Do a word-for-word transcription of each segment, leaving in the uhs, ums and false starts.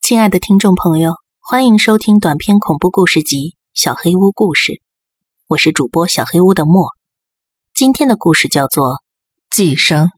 亲爱的听众朋友，欢迎收听短篇恐怖故事集《小黑屋故事》，我是主播小黑屋的莫。今天的故事叫做寄生。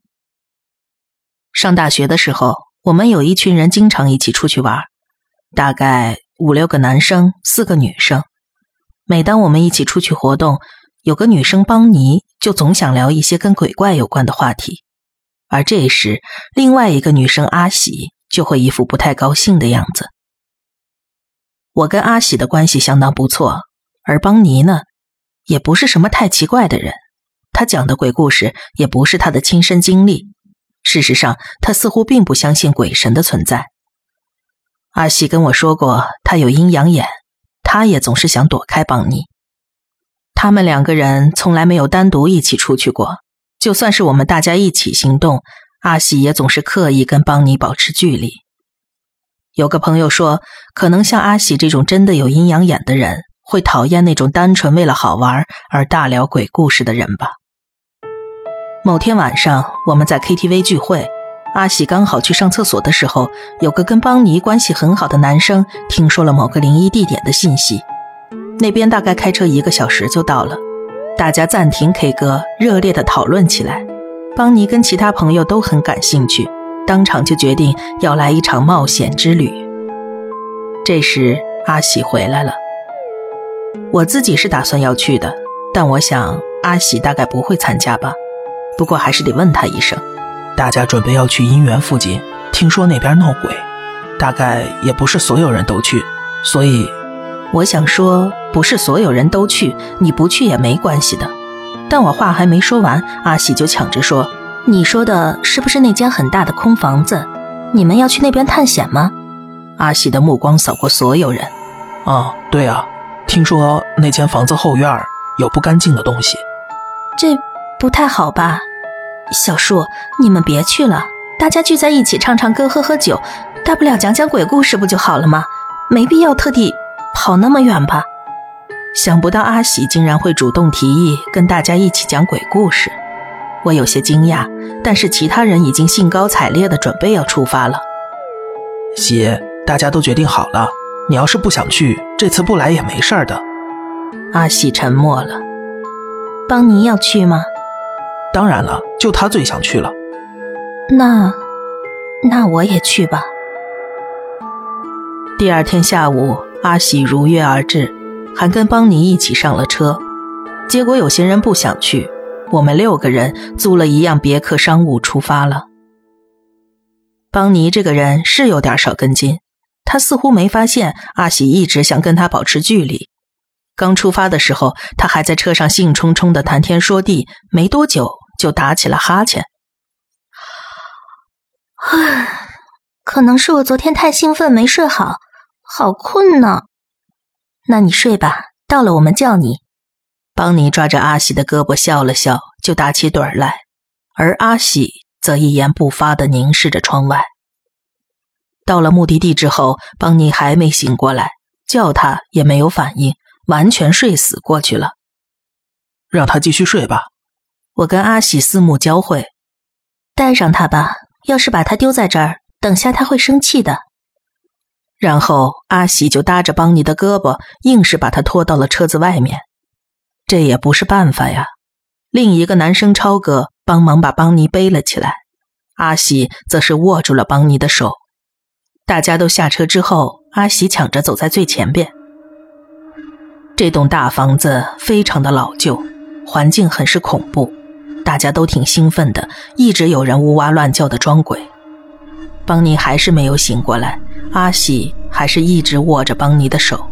上大学的时候，我们有一群人经常一起出去玩，大概五六个男生，四个女生。每当我们一起出去活动，有个女生邦尼就总想聊一些跟鬼怪有关的话题，而这时另外一个女生阿喜就会一副不太高兴的样子。我跟阿喜的关系相当不错，而邦尼呢，也不是什么太奇怪的人，他讲的鬼故事也不是他的亲身经历，事实上他似乎并不相信鬼神的存在。阿喜跟我说过他有阴阳眼，他也总是想躲开邦尼。他们两个人从来没有单独一起出去过，就算是我们大家一起行动，阿喜也总是刻意跟邦尼保持距离。有个朋友说，可能像阿喜这种真的有阴阳眼的人，会讨厌那种单纯为了好玩而大聊鬼故事的人吧。某天晚上，我们在 K T V 聚会，阿喜刚好去上厕所的时候，有个跟邦尼关系很好的男生听说了某个灵异地点的信息，那边大概开车一个小时就到了。大家暂停 K 歌，热烈地讨论起来。邦尼跟其他朋友都很感兴趣，当场就决定要来一场冒险之旅。这时阿喜回来了，我自己是打算要去的，但我想阿喜大概不会参加吧，不过还是得问他一声。 大家准备要去姻缘附近，听说那边闹鬼，大概也不是所有人都去，所以我想说不是所有人都去，你不去也没关系的。但我话还没说完，阿喜就抢着说，你说的是不是那间很大的空房子？你们要去那边探险吗？阿喜的目光扫过所有人。 啊，对啊，听说那间房子后院有不干净的东西。 这不太好吧？小树，你们别去了，大家聚在一起唱唱歌喝喝酒，大不了讲讲鬼故事不就好了吗？没必要特地跑那么远吧。想不到阿喜竟然会主动提议跟大家一起讲鬼故事，我有些惊讶，但是其他人已经兴高采烈地准备要出发了。 喜，大家都决定好了，你要是不想去，这次不来也没事的。 阿喜沉默了。邦尼要去吗？ 当然了，就他最想去了。 那那我也去吧。第二天下午，阿喜如约而至，还跟邦尼一起上了车。结果有些人不想去，我们六个人租了一辆别克商务出发了。邦尼这个人是有点少根筋，他似乎没发现阿喜一直想跟他保持距离。刚出发的时候，他还在车上兴冲冲地谈天说地，没多久就打起了哈欠。唉，可能是我昨天太兴奋没睡好，好困呢。那你睡吧，到了我们叫你。邦尼抓着阿喜的胳膊笑了笑，就打起盹来，而阿喜则一言不发地凝视着窗外。到了目的地之后，邦尼还没醒过来，叫他也没有反应，完全睡死过去了。 让他继续睡吧。 我跟阿喜四目交汇。带上他吧，要是把他丢在这儿，等下他会生气的。然后阿喜就搭着邦尼的胳膊，硬是把他拖到了车子外面。这也不是办法呀。另一个男生超哥帮忙把邦尼背了起来，阿喜则是握住了邦尼的手。大家都下车之后，阿喜抢着走在最前边。这栋大房子非常的老旧，环境很是恐怖，大家都挺兴奋的，一直有人呜哇乱叫的装鬼。邦尼还是没有醒过来，阿喜还是一直握着邦尼的手。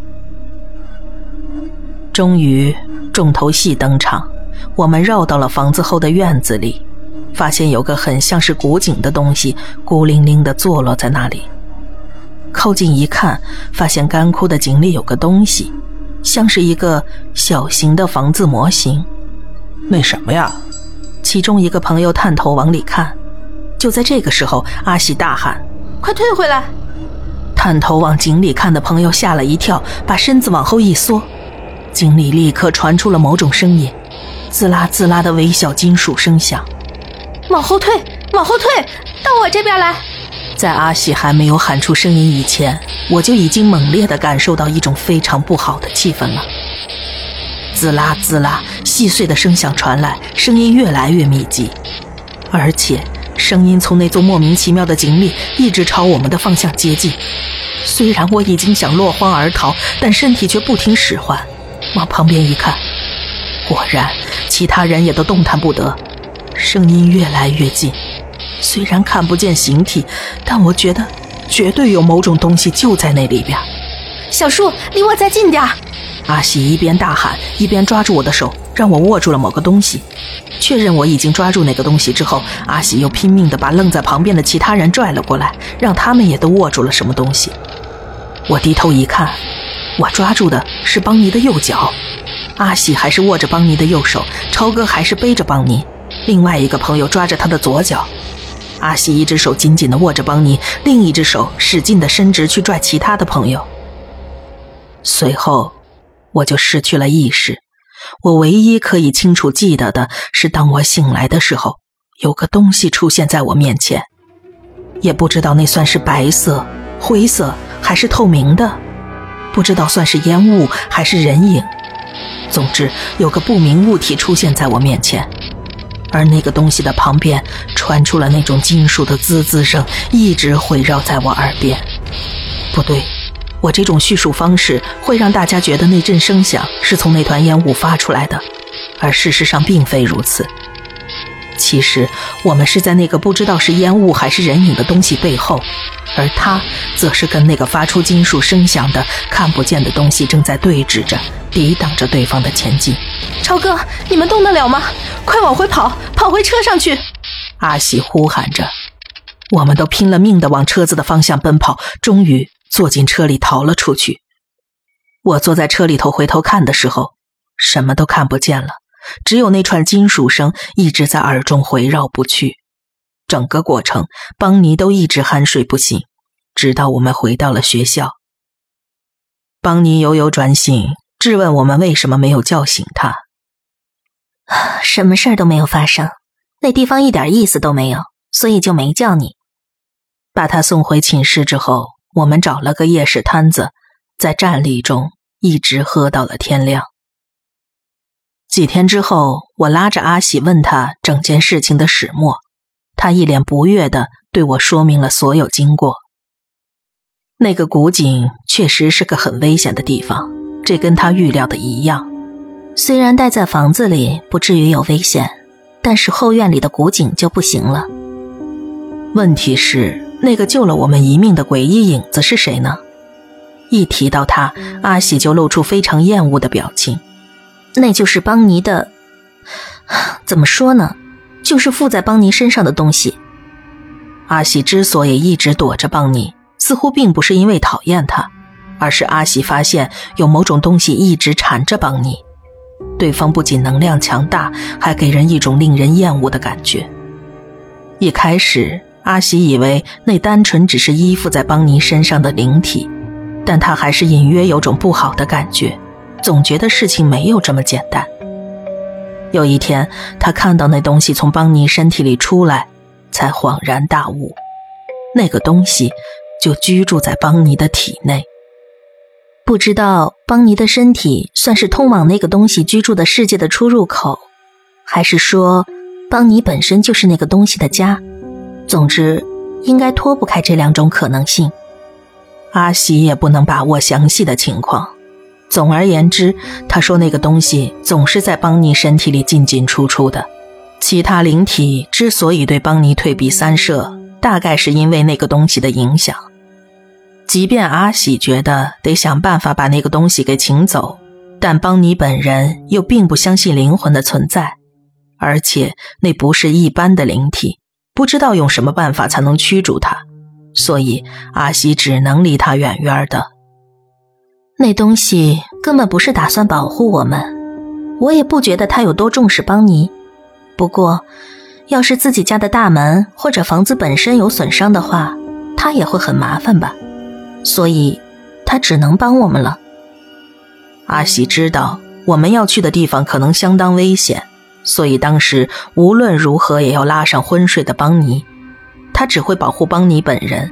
终于重头戏登场，我们绕到了房子后的院子里，发现有个很像是古井的东西孤零零地坐落在那里。靠近一看，发现干枯的井里有个东西，像是一个小型的房子模型。 那什么呀？ 其中一个朋友探头往里看。就在这个时候，阿喜大喊，快退回来！探头往井里看的朋友吓了一跳，把身子往后一缩，井里立刻传出了某种声音，滋啦滋啦的微小金属声响。往后退，往后退，到我这边来！ 在阿喜还没有喊出声音以前，我就已经猛烈地感受到一种非常不好的气氛了。滋啦滋啦，细碎的声响传来，声音越来越密集，而且声音从那座莫名其妙的井里一直朝我们的方向接近。虽然我已经想落荒而逃，但身体却不听使唤。往旁边一看，果然其他人也都动弹不得。声音越来越近，虽然看不见形体，但我觉得绝对有某种东西就在那里边。 小树，离我再近点。 阿喜一边大喊，一边抓住我的手，让我握住了某个东西。确认我已经抓住那个东西之后，阿喜又拼命地把愣在旁边的其他人拽了过来，让他们也都握住了什么东西。我低头一看，我抓住的是邦尼的右脚，阿喜还是握着邦尼的右手，超哥还是背着邦尼，另外一个朋友抓着他的左脚。阿喜一只手紧紧地握着邦尼，另一只手使劲地伸直去拽其他的朋友。随后我就失去了意识，我唯一可以清楚记得的是，当我醒来的时候，有个东西出现在我面前，也不知道那算是白色、灰色还是透明的，不知道算是烟雾还是人影。总之，有个不明物体出现在我面前，而那个东西的旁边传出了那种金属的滋滋声，一直回绕在我耳边。不对，我这种叙述方式会让大家觉得那阵声响是从那团烟雾发出来的，而事实上并非如此。其实我们是在那个不知道是烟雾还是人影的东西背后，而它则是跟那个发出金属声响的看不见的东西正在对峙着，抵挡着对方的前进。 超哥，你们动得了吗？快往回跑，跑回车上去！ 阿喜呼喊着。我们都拼了命地往车子的方向奔跑，终于坐进车里逃了出去。我坐在车里头回头看的时候，什么都看不见了，只有那串金属声一直在耳中回绕不去。整个过程，邦尼都一直酣睡不醒，直到我们回到了学校。邦尼悠悠转醒，质问我们为什么没有叫醒他。 什么事儿都没有发生，那地方一点意思都没有，所以就没叫你。 把他送回寝室之后，我们找了个夜市摊子，在站立中一直喝到了天亮。几天之后，我拉着阿喜问他整件事情的始末，他一脸不悦地对我说明了所有经过。那个古井确实是个很危险的地方，这跟他预料的一样。 虽然待在房子里不至于有危险，但是后院里的古井就不行了。 问题是，那个救了我们一命的诡异影子是谁呢？一提到他，阿喜就露出非常厌恶的表情。 那就是邦尼的，怎么说呢，就是附在邦尼身上的东西。 阿喜之所以一直躲着邦尼，似乎并不是因为讨厌他，而是阿喜发现有某种东西一直缠着邦尼。对方不仅能量强大，还给人一种令人厌恶的感觉。一开始阿喜以为那单纯只是依附在邦尼身上的灵体，但他还是隐约有种不好的感觉，总觉得事情没有这么简单。有一天，他看到那东西从邦尼身体里出来，才恍然大悟，那个东西就居住在邦尼的体内。 不知道邦尼的身体算是通往那个东西居住的世界的出入口，还是说邦尼本身就是那个东西的家。总之，应该脱不开这两种可能性。阿喜也不能把握详细的情况。总而言之，他说那个东西总是在邦尼身体里进进出出的。其他灵体之所以对邦尼退避三舍，大概是因为那个东西的影响。即便阿喜觉得得想办法把那个东西给请走，但邦尼本人又并不相信灵魂的存在，而且那不是一般的灵体，不知道用什么办法才能驱逐它，所以阿喜只能离他远远的。那东西根本不是打算保护我们，我也不觉得他有多重视邦尼。不过，要是自己家的大门或者房子本身有损伤的话，他也会很麻烦吧。所以他只能帮我们了。阿喜知道我们要去的地方可能相当危险，所以当时无论如何也要拉上昏睡的邦尼。他只会保护邦尼本人，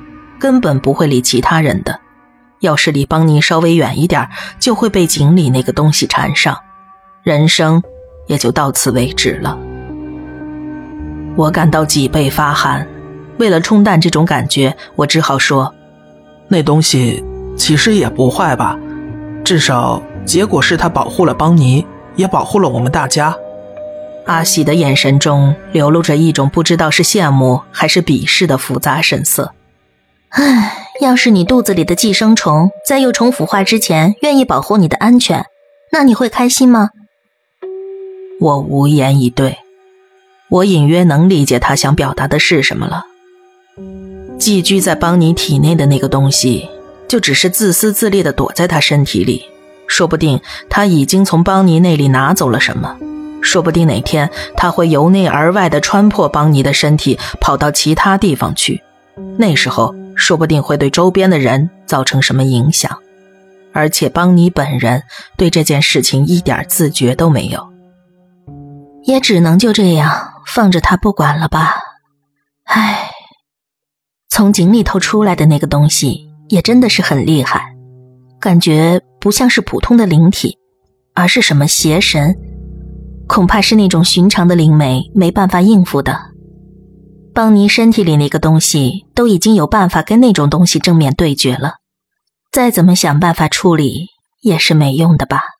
根本不会理其他人的，要是离邦尼稍微远一点，就会被井里那个东西缠上，人生也就到此为止了。我感到脊背发寒，为了冲淡这种感觉，我只好说， 那东西其实也不坏吧，至少结果是他保护了邦尼，也保护了我们大家。 阿喜的眼神中流露着一种不知道是羡慕还是鄙视的复杂神色。 唉，要是你肚子里的寄生虫在幼虫孵化之前愿意保护你的安全，那你会开心吗？ 我无言以对，我隐约能理解他想表达的是什么了。寄居在邦尼体内的那个东西，就只是自私自利地躲在他身体里，说不定他已经从邦尼那里拿走了什么，说不定哪天他会由内而外地穿破邦尼的身体，跑到其他地方去，那时候说不定会对周边的人造成什么影响，而且邦尼本人对这件事情一点自觉都没有。 也只能就这样放着他不管了吧。唉，从井里头出来的那个东西也真的是很厉害，感觉不像是普通的灵体，而是什么邪神，恐怕是那种寻常的灵媒没办法应付的。邦尼身体里那个东西都已经有办法跟那种东西正面对决了，再怎么想办法处理也是没用的吧。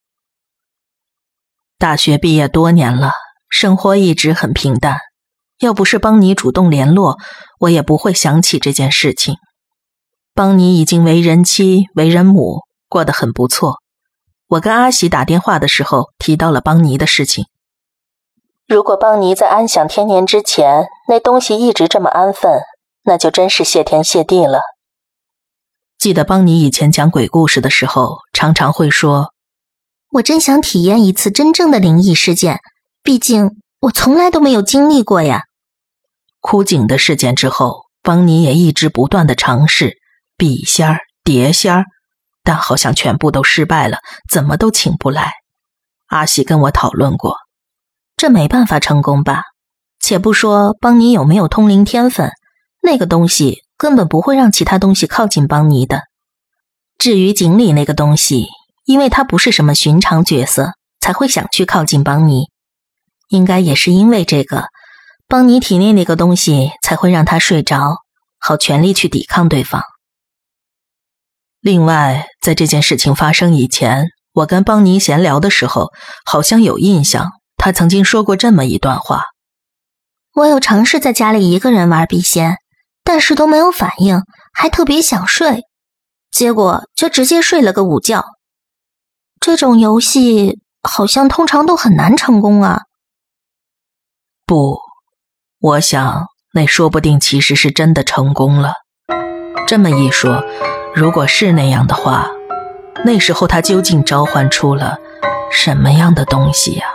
大学毕业多年了，生活一直很平淡，要不是邦尼主动联络，我也不会想起这件事情。邦尼已经为人妻为人母，过得很不错。我跟阿喜打电话的时候提到了邦尼的事情。如果邦尼在安享天年之前，那东西一直这么安分，那就真是谢天谢地了。记得邦尼以前讲鬼故事的时候，常常会说， 我真想体验一次真正的灵异事件，毕竟我从来都没有经历过呀。 枯井的事件之后，邦尼也一直不断的尝试笔仙儿、碟仙儿，但好像全部都失败了，怎么都请不来。阿喜跟我讨论过， 这没办法成功吧？且不说邦尼有没有通灵天分，那个东西根本不会让其他东西靠近邦尼的。至于井里那个东西，因为他不是什么寻常角色，才会想去靠近邦尼。应该也是因为这个，邦尼体内那个东西才会让他睡着，好全力去抵抗对方。 另外，在这件事情发生以前，我跟邦尼闲聊的时候，好像有印象，他曾经说过这么一段话。 我有尝试在家里一个人玩笔仙，但是都没有反应，还特别想睡，结果就直接睡了个午觉。这种游戏好像通常都很难成功啊。 不，我想那说不定其实是真的成功了。这么一说，如果是那样的话，那时候他究竟召唤出了什么样的东西呀？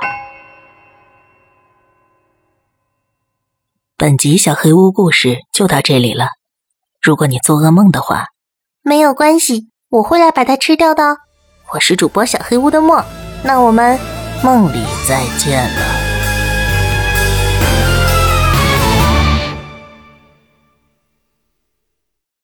本集小黑屋故事就到这里了。如果你做噩梦的话，没有关系，我会来把它吃掉的。我是主播小黑屋的墨，那我们梦里再见了。